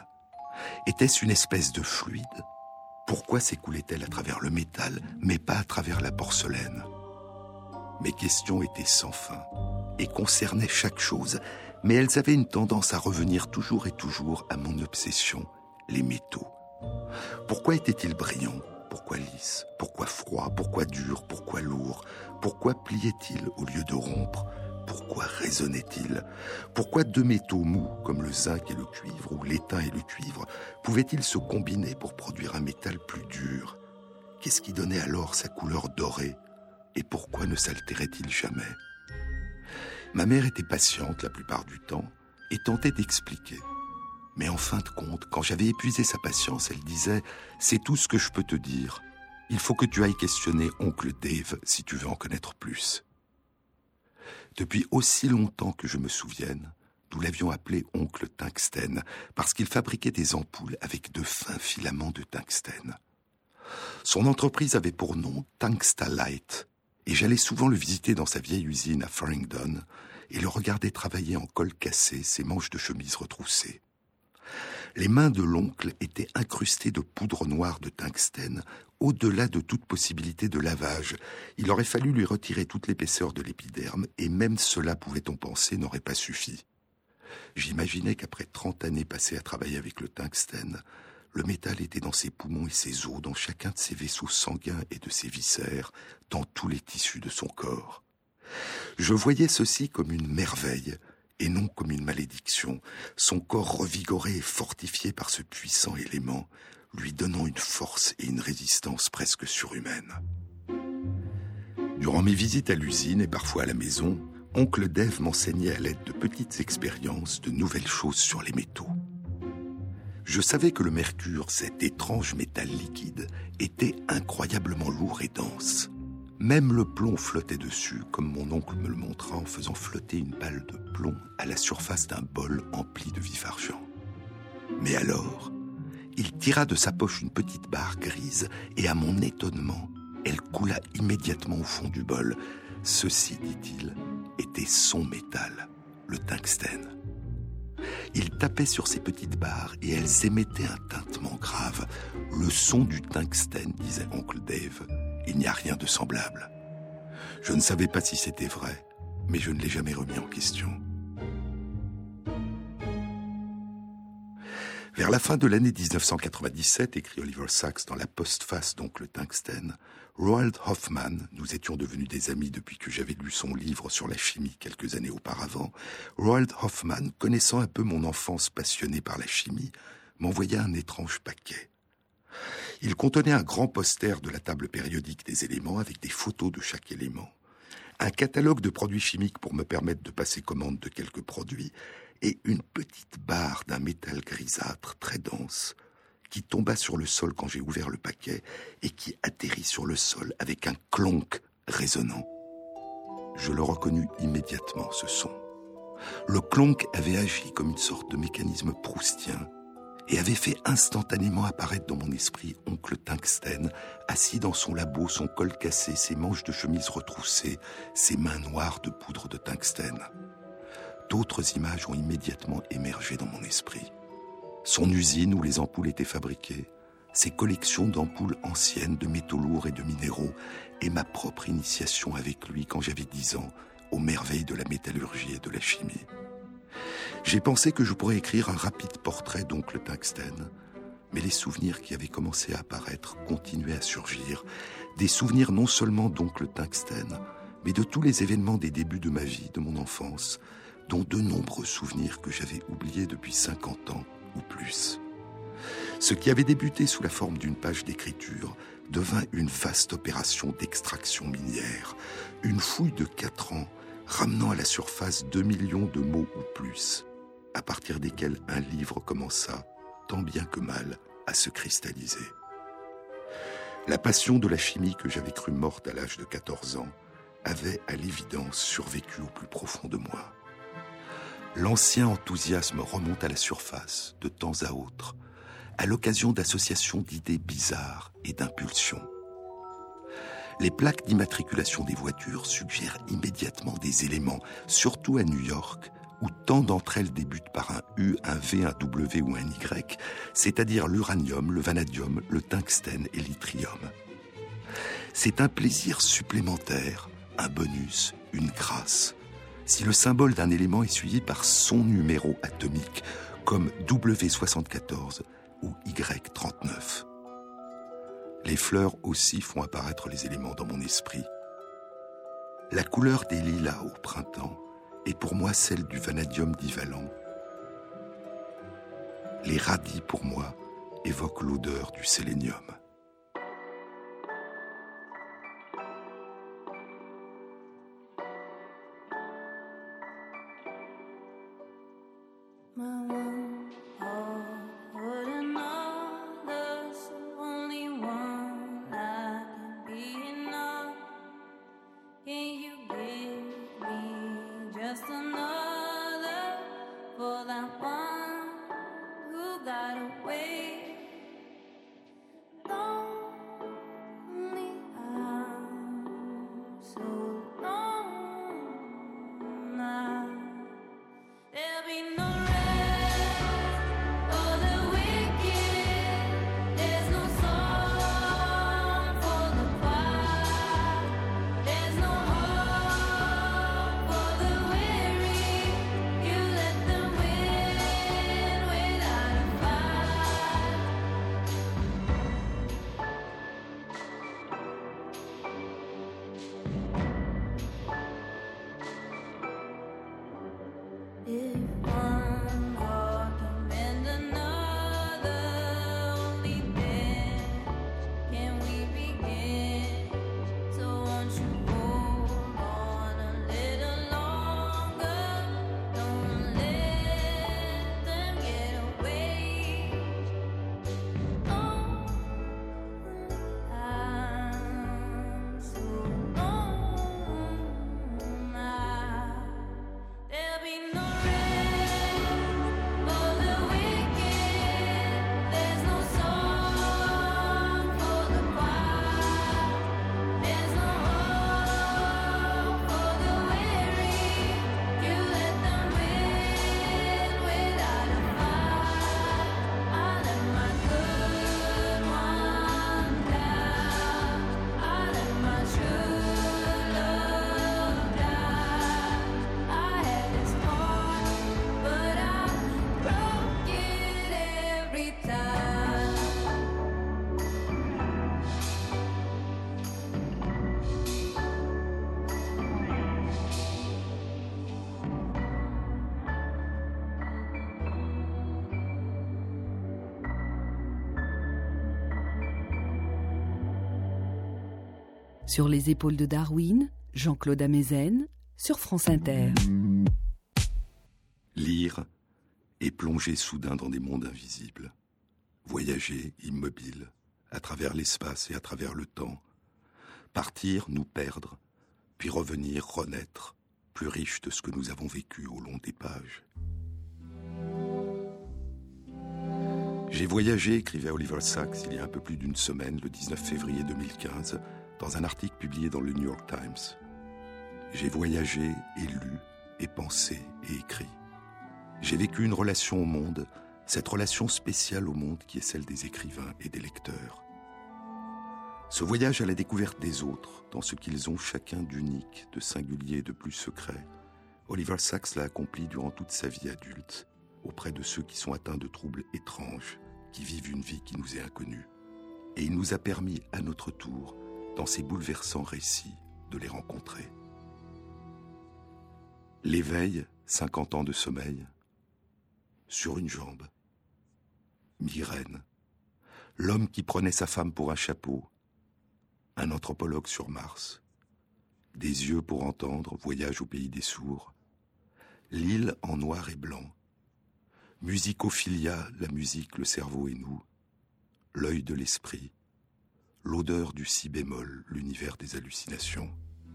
Était-ce une espèce de fluide ? Pourquoi s'écoulait-elle à travers le métal, mais pas à travers la porcelaine ? Mes questions étaient sans fin et concernaient chaque chose, mais elles avaient une tendance à revenir toujours et toujours à mon obsession, les métaux. Pourquoi étaient-ils brillants ? Pourquoi lisses ? Pourquoi froids ? Pourquoi durs ? Pourquoi lourds ? Pourquoi pliaient-ils au lieu de rompre ? Pourquoi résonnait-il ? Pourquoi deux métaux mous, comme le zinc et le cuivre, ou l'étain et le cuivre, pouvaient-ils se combiner pour produire un métal plus dur ? Qu'est-ce qui donnait alors sa couleur dorée ? Et pourquoi ne s'altérait-il jamais ? Ma mère était patiente la plupart du temps et tentait d'expliquer. Mais en fin de compte, quand j'avais épuisé sa patience, elle disait « C'est tout ce que je peux te dire. Il faut que tu ailles questionner oncle Dave si tu veux en connaître plus. » Depuis aussi longtemps que je me souvienne, nous l'avions appelé oncle Tungstène, parce qu'il fabriquait des ampoules avec de fins filaments de tungstène. Son entreprise avait pour nom Tungstalite, et j'allais souvent le visiter dans sa vieille usine à Farringdon, et le regarder travailler en col cassé, ses manches de chemise retroussées. Les mains de l'oncle étaient incrustées de poudre noire de tungstène, au-delà de toute possibilité de lavage. Il aurait fallu lui retirer toute l'épaisseur de l'épiderme, et même cela, pouvait-on penser, n'aurait pas suffi. J'imaginais qu'après trente années passées à travailler avec le tungstène, le métal était dans ses poumons et ses os, dans chacun de ses vaisseaux sanguins et de ses viscères, dans tous les tissus de son corps. Je voyais ceci comme une merveille, et non comme une malédiction, son corps revigoré et fortifié par ce puissant élément, lui donnant une force et une résistance presque surhumaines. Durant mes visites à l'usine et parfois à la maison, oncle Dave m'enseignait à l'aide de petites expériences de nouvelles choses sur les métaux. Je savais que le mercure, cet étrange métal liquide, était incroyablement lourd et dense. Même le plomb flottait dessus, comme mon oncle me le montra en faisant flotter une balle de plomb à la surface d'un bol empli de vif argent. Mais alors, il tira de sa poche une petite barre grise et, à mon étonnement, elle coula immédiatement au fond du bol. Ceci, dit-il, était son métal, le tungstène. Il tapait sur ces petites barres et elles émettaient un tintement grave. Le son du tungstène, disait oncle Dave, est Il n'y a rien de semblable. Je ne savais pas si c'était vrai, mais je ne l'ai jamais remis en question. Vers la fin de l'année dix-neuf cent quatre-vingt-dix-sept, écrit Oliver Sacks dans la postface d'Oncle Tungsten, Roald Hoffman, nous étions devenus des amis depuis que j'avais lu son livre sur la chimie quelques années auparavant, Roald Hoffman, connaissant un peu mon enfance passionnée par la chimie, m'envoya un étrange paquet. Il contenait un grand poster de la table périodique des éléments avec des photos de chaque élément, un catalogue de produits chimiques pour me permettre de passer commande de quelques produits et une petite barre d'un métal grisâtre très dense qui tomba sur le sol quand j'ai ouvert le paquet et qui atterrit sur le sol avec un clonk résonnant. Je le reconnus immédiatement, ce son. Le clonk avait agi comme une sorte de mécanisme proustien et avait fait instantanément apparaître dans mon esprit Oncle Tungsten, assis dans son labo, son col cassé, ses manches de chemise retroussées, ses mains noires de poudre de tungstène. D'autres images ont immédiatement émergé dans mon esprit. Son usine où les ampoules étaient fabriquées, ses collections d'ampoules anciennes de métaux lourds et de minéraux, et ma propre initiation avec lui quand j'avais dix ans, aux merveilles de la métallurgie et de la chimie. J'ai pensé que je pourrais écrire un rapide portrait d'Oncle Tungsten, mais les souvenirs qui avaient commencé à apparaître continuaient à surgir, des souvenirs non seulement d'Oncle Tungsten, mais de tous les événements des débuts de ma vie, de mon enfance, dont de nombreux souvenirs que j'avais oubliés depuis cinquante ans ou plus. Ce qui avait débuté sous la forme d'une page d'écriture devint une vaste opération d'extraction minière, une fouille de quatre ans ramenant à la surface deux millions de mots ou plus, à partir desquels un livre commença, tant bien que mal, à se cristalliser. La passion de la chimie que j'avais cru morte à l'âge de quatorze ans avait à l'évidence survécu au plus profond de moi. L'ancien enthousiasme remonte à la surface, de temps à autre, à l'occasion d'associations d'idées bizarres et d'impulsions. Les plaques d'immatriculation des voitures suggèrent immédiatement des éléments, surtout à New York, où tant d'entre elles débutent par un U, un V, un W ou un Y, c'est-à-dire l'uranium, le vanadium, le tungstène et l'yttrium. C'est un plaisir supplémentaire, un bonus, une grâce, si le symbole d'un élément est suivi par son numéro atomique, comme W soixante-quatorze ou Y trente-neuf. Les fleurs aussi font apparaître les éléments dans mon esprit. La couleur des lilas au printemps est pour moi celle du vanadium divalent. Les radis, pour moi, évoquent l'odeur du sélénium. There'll be no rest. Sur les épaules de Darwin, Jean-Claude Amezen, sur France Inter. Lire et plonger soudain dans des mondes invisibles. Voyager immobile, à travers l'espace et à travers le temps. Partir, nous perdre, puis revenir, renaître, plus riche de ce que nous avons vécu au long des pages. J'ai voyagé, écrivait Oliver Sacks il y a un peu plus d'une semaine, le dix-neuf février deux mille quinze, dans un article publié dans le New York Times. J'ai voyagé et lu, et pensé et écrit. J'ai vécu une relation au monde, cette relation spéciale au monde qui est celle des écrivains et des lecteurs. Ce voyage à la découverte des autres, dans ce qu'ils ont chacun d'unique, de singulier et de plus secret, Oliver Sacks l'a accompli durant toute sa vie adulte, auprès de ceux qui sont atteints de troubles étranges, qui vivent une vie qui nous est inconnue. Et il nous a permis, à notre tour, dans ces bouleversants récits, de les rencontrer. L'éveil, cinquante ans de sommeil, sur une jambe, migraine, l'homme qui prenait sa femme pour un chapeau, un anthropologue sur Mars, des yeux pour entendre, voyage au pays des sourds, l'île en noir et blanc, musicophilia, la musique, le cerveau et nous, l'œil de l'esprit, l'odeur du si bémol, l'univers des hallucinations.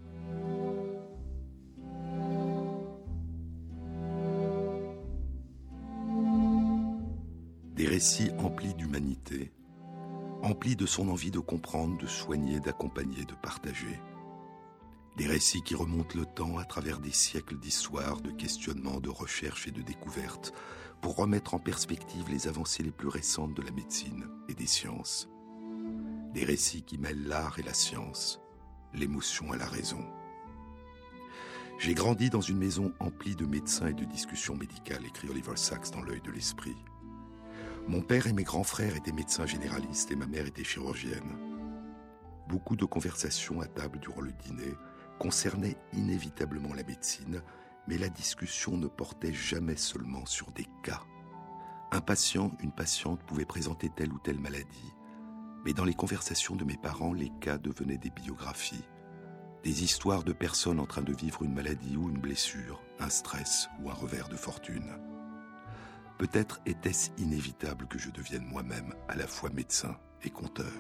Des récits emplis d'humanité, emplis de son envie de comprendre, de soigner, d'accompagner, de partager. Des récits qui remontent le temps à travers des siècles d'histoire, de questionnements, de recherches et de découvertes, pour remettre en perspective les avancées les plus récentes de la médecine et des sciences. Des récits qui mêlent l'art et la science, l'émotion à la raison. J'ai grandi dans une maison emplie de médecins et de discussions médicales, écrit Oliver Sacks dans L'œil de l'esprit. Mon père et mes grands frères étaient médecins généralistes et ma mère était chirurgienne. Beaucoup de conversations à table durant le dîner concernaient inévitablement la médecine, mais la discussion ne portait jamais seulement sur des cas. Un patient, une patiente pouvait présenter telle ou telle maladie, mais dans les conversations de mes parents, les cas devenaient des biographies, des histoires de personnes en train de vivre une maladie ou une blessure, un stress ou un revers de fortune. Peut-être était-ce inévitable que je devienne moi-même à la fois médecin et conteur.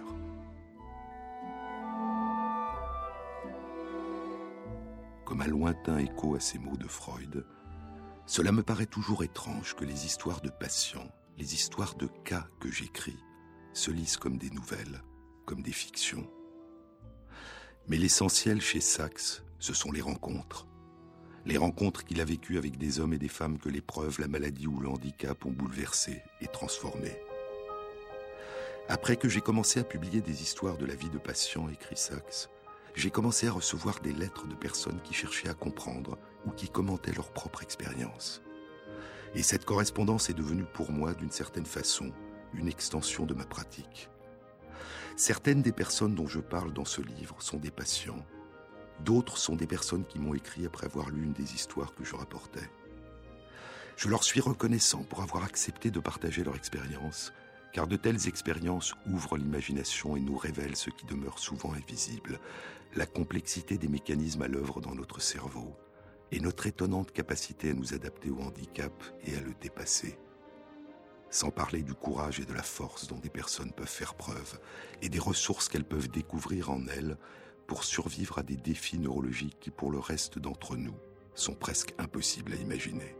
Comme un lointain écho à ces mots de Freud, cela me paraît toujours étrange que les histoires de patients, les histoires de cas que j'écris, se lisent comme des nouvelles, comme des fictions. Mais l'essentiel chez Sacks, ce sont les rencontres. Les rencontres qu'il a vécues avec des hommes et des femmes que l'épreuve, la maladie ou le handicap ont bouleversés et transformés. Après que j'ai commencé à publier des histoires de la vie de patients, écrit Sacks, j'ai commencé à recevoir des lettres de personnes qui cherchaient à comprendre ou qui commentaient leur propre expérience. Et cette correspondance est devenue pour moi, d'une certaine façon, une extension de ma pratique. Certaines des personnes dont je parle dans ce livre sont des patients. D'autres sont des personnes qui m'ont écrit après avoir lu une des histoires que je rapportais. Je leur suis reconnaissant pour avoir accepté de partager leur expérience, car de telles expériences ouvrent l'imagination et nous révèlent ce qui demeure souvent invisible, la complexité des mécanismes à l'œuvre dans notre cerveau et notre étonnante capacité à nous adapter au handicap et à le dépasser. Sans parler du courage et de la force dont des personnes peuvent faire preuve et des ressources qu'elles peuvent découvrir en elles pour survivre à des défis neurologiques qui, pour le reste d'entre nous, sont presque impossibles à imaginer.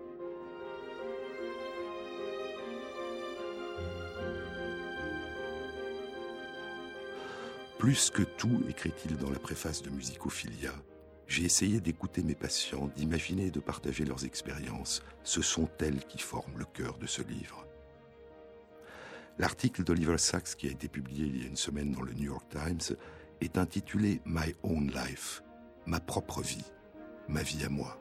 Plus que tout, écrit-il dans la préface de Musicophilia, j'ai essayé d'écouter mes patients, d'imaginer et de partager leurs expériences. Ce sont elles qui forment le cœur de ce livre. L'article d'Oliver Sacks, qui a été publié il y a une semaine dans le New York Times, est intitulé « My Own Life », ma propre vie, ma vie à moi.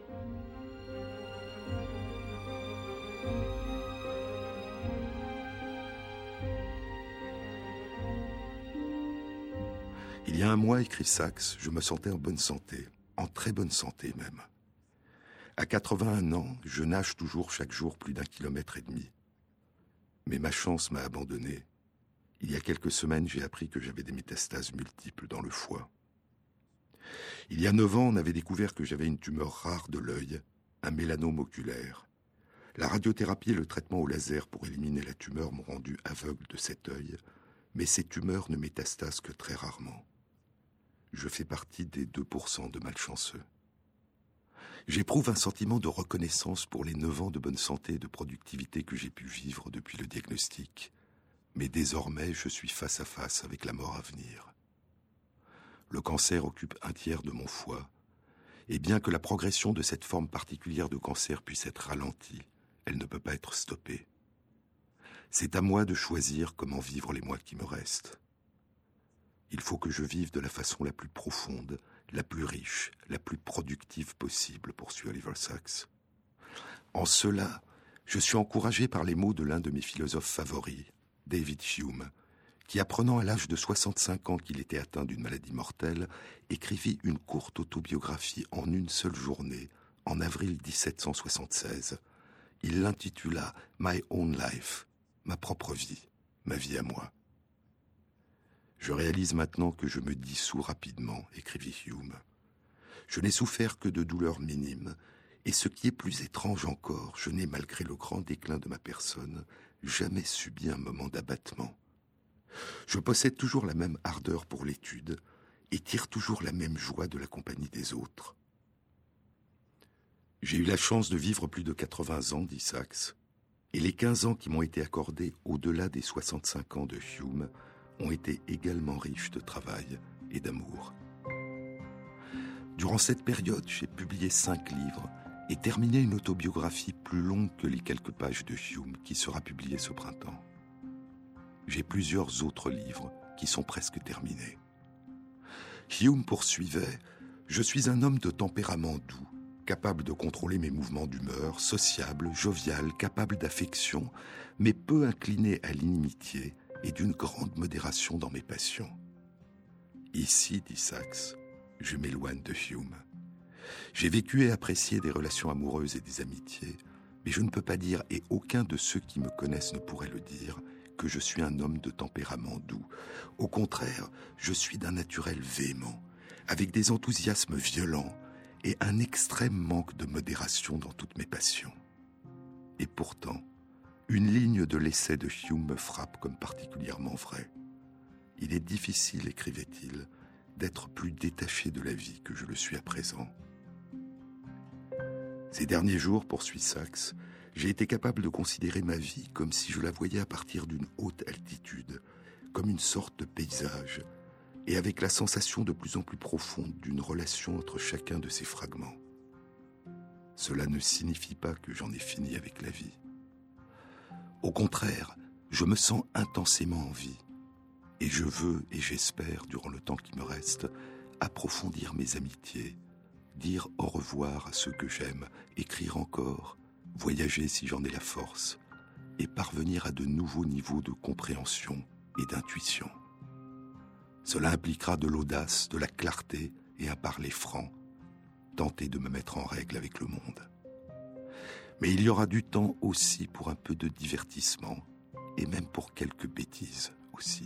Il y a un mois, écrit Sacks, je me sentais en bonne santé, en très bonne santé même. À quatre-vingt-un ans, je nage toujours chaque jour plus d'un kilomètre et demi. Mais ma chance m'a abandonné. Il y a quelques semaines, j'ai appris que j'avais des métastases multiples dans le foie. Il y a neuf ans, on avait découvert que j'avais une tumeur rare de l'œil, un mélanome oculaire. La radiothérapie et le traitement au laser pour éliminer la tumeur m'ont rendu aveugle de cet œil, mais ces tumeurs ne métastasent que très rarement. Je fais partie des deux pour cent de malchanceux. J'éprouve un sentiment de reconnaissance pour les neuf ans de bonne santé et de productivité que j'ai pu vivre depuis le diagnostic. Mais désormais, je suis face à face avec la mort à venir. Le cancer occupe un tiers de mon foie, et bien que la progression de cette forme particulière de cancer puisse être ralentie, elle ne peut pas être stoppée. C'est à moi de choisir comment vivre les mois qui me restent. Il faut que je vive de la façon la plus profonde, la plus riche, la plus productive possible, poursuit Oliver Sacks. En cela, je suis encouragé par les mots de l'un de mes philosophes favoris, David Hume, qui, apprenant à l'âge de soixante-cinq ans qu'il était atteint d'une maladie mortelle, écrivit une courte autobiographie en une seule journée, en avril dix-sept cent soixante-seize. Il l'intitula « My Own Life », ma propre vie, ma vie à moi. Je réalise maintenant que je me dissous rapidement, écrivit Hume. Je n'ai souffert que de douleurs minimes, et ce qui est plus étrange encore, je n'ai, malgré le grand déclin de ma personne, jamais subi un moment d'abattement. Je possède toujours la même ardeur pour l'étude et tire toujours la même joie de la compagnie des autres. J'ai eu la chance de vivre plus de quatre-vingts ans, dit Sacks, et les quinze ans qui m'ont été accordés au-delà des soixante-cinq ans de Hume ont été également riches de travail et d'amour. Durant cette période, j'ai publié cinq livres et terminé une autobiographie plus longue que les quelques pages de Hume qui sera publiée ce printemps. J'ai plusieurs autres livres qui sont presque terminés. Hume poursuivait « Je suis un homme de tempérament doux, capable de contrôler mes mouvements d'humeur, sociable, jovial, capable d'affection, mais peu incliné à l'inimitié et d'une grande modération dans mes passions. » Ici, dit Sacks, je m'éloigne de Hume. J'ai vécu et apprécié des relations amoureuses et des amitiés, mais je ne peux pas dire, et aucun de ceux qui me connaissent ne pourrait le dire, que je suis un homme de tempérament doux. Au contraire, je suis d'un naturel véhément, avec des enthousiasmes violents et un extrême manque de modération dans toutes mes passions. Et pourtant, une ligne de l'essai de Hume me frappe comme particulièrement vraie. Il est difficile, écrivait-il, d'être plus détaché de la vie que je le suis à présent. Ces derniers jours, poursuit Sacks, j'ai été capable de considérer ma vie comme si je la voyais à partir d'une haute altitude, comme une sorte de paysage, et avec la sensation de plus en plus profonde d'une relation entre chacun de ces fragments. Cela ne signifie pas que j'en ai fini avec la vie. Au contraire, je me sens intensément en vie, et je veux et j'espère, durant le temps qui me reste, approfondir mes amitiés, dire au revoir à ceux que j'aime, écrire encore, voyager si j'en ai la force, et parvenir à de nouveaux niveaux de compréhension et d'intuition. Cela impliquera de l'audace, de la clarté et un parler franc, tenter de me mettre en règle avec le monde. Mais il y aura du temps aussi pour un peu de divertissement, et même pour quelques bêtises aussi.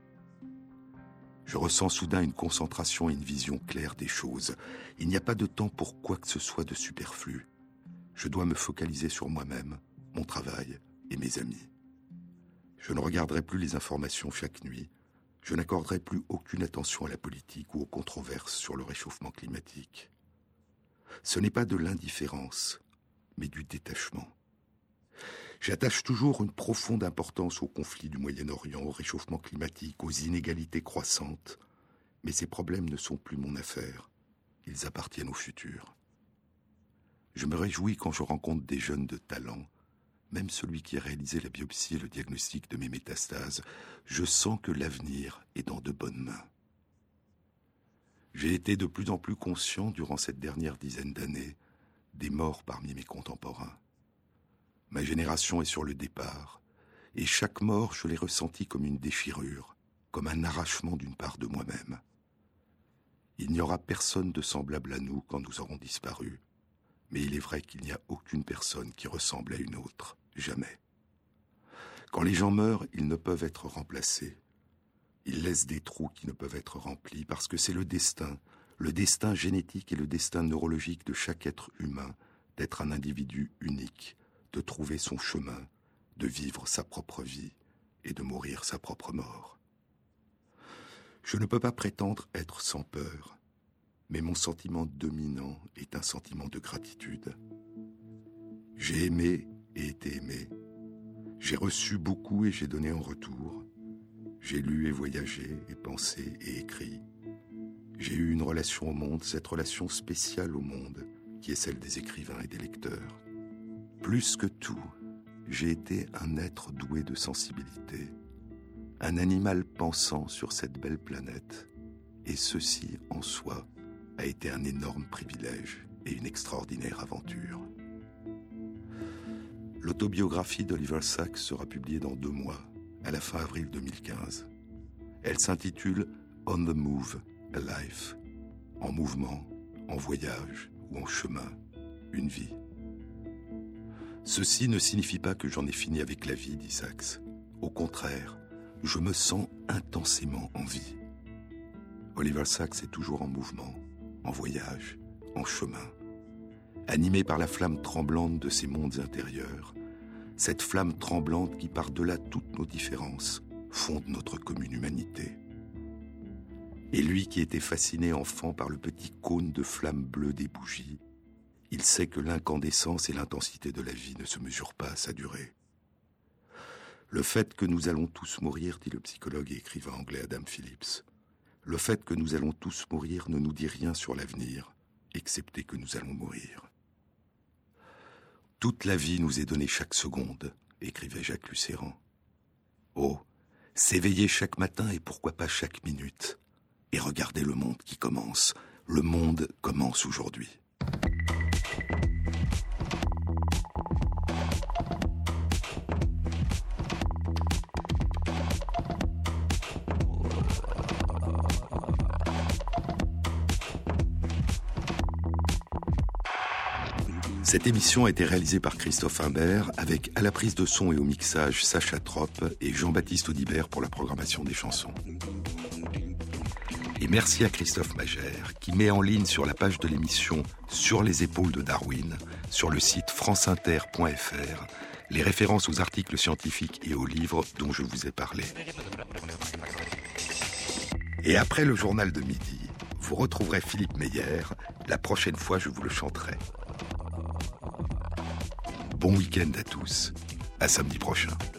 Je ressens soudain une concentration et une vision claire des choses. Il n'y a pas de temps pour quoi que ce soit de superflu. Je dois me focaliser sur moi-même, mon travail et mes amis. Je ne regarderai plus les informations chaque nuit. Je n'accorderai plus aucune attention à la politique ou aux controverses sur le réchauffement climatique. Ce n'est pas de l'indifférence, mais du détachement. J'attache toujours une profonde importance aux conflits du Moyen-Orient, au réchauffement climatique, aux inégalités croissantes, mais ces problèmes ne sont plus mon affaire. Ils appartiennent au futur. Je me réjouis quand je rencontre des jeunes de talent, même celui qui a réalisé la biopsie et le diagnostic de mes métastases. Je sens que l'avenir est dans de bonnes mains. J'ai été de plus en plus conscient, durant cette dernière dizaine d'années, des morts parmi mes contemporains. Ma génération est sur le départ, et chaque mort, je l'ai ressenti comme une déchirure, comme un arrachement d'une part de moi-même. Il n'y aura personne de semblable à nous quand nous aurons disparu, mais il est vrai qu'il n'y a aucune personne qui ressemble à une autre, jamais. Quand les gens meurent, ils ne peuvent être remplacés, Il laisse des trous qui ne peuvent être remplis parce que c'est le destin, le destin génétique et le destin neurologique de chaque être humain d'être un individu unique, de trouver son chemin, de vivre sa propre vie et de mourir sa propre mort. Je ne peux pas prétendre être sans peur, mais mon sentiment dominant est un sentiment de gratitude. J'ai aimé et été aimé. J'ai reçu beaucoup et j'ai donné en retour. J'ai lu et voyagé et pensé et écrit. J'ai eu une relation au monde, cette relation spéciale au monde, qui est celle des écrivains et des lecteurs. Plus que tout, j'ai été un être doué de sensibilité, un animal pensant sur cette belle planète, et ceci, en soi, a été un énorme privilège et une extraordinaire aventure. L'autobiographie d'Oliver Sacks sera publiée dans deux mois, à la fin avril deux mille quinze. Elle s'intitule « On the Move, a Life », en mouvement, en voyage ou en chemin, une vie. Ceci ne signifie pas que j'en ai fini avec la vie, dit Sacks. Au contraire, je me sens intensément en vie. Oliver Sacks est toujours en mouvement, en voyage, en chemin. Animé par la flamme tremblante de ses mondes intérieurs, cette flamme tremblante qui, par-delà toutes nos différences, fonde notre commune humanité. Et lui qui était fasciné enfant par le petit cône de flamme bleue des bougies, il sait que l'incandescence et l'intensité de la vie ne se mesurent pas à sa durée. Le fait que nous allons tous mourir, dit le psychologue et écrivain anglais Adam Phillips, le fait que nous allons tous mourir ne nous dit rien sur l'avenir, excepté que nous allons mourir. Toute la vie nous est donnée chaque seconde, écrivait Jacques Lucéran. Oh, s'éveiller chaque matin et pourquoi pas chaque minute, et regarder le monde qui commence. Le monde commence aujourd'hui. Cette émission a été réalisée par Christophe Imbert avec à la prise de son et au mixage Sacha Trop et Jean-Baptiste Audibert pour la programmation des chansons. Et merci à Christophe Magère qui met en ligne sur la page de l'émission Sur les épaules de Darwin, sur le site franceinter point f r, les références aux articles scientifiques et aux livres dont je vous ai parlé. Et après le journal de midi, vous retrouverez Philippe Meyer. La prochaine fois, je vous le chanterai. Bon week-end à tous. À samedi prochain.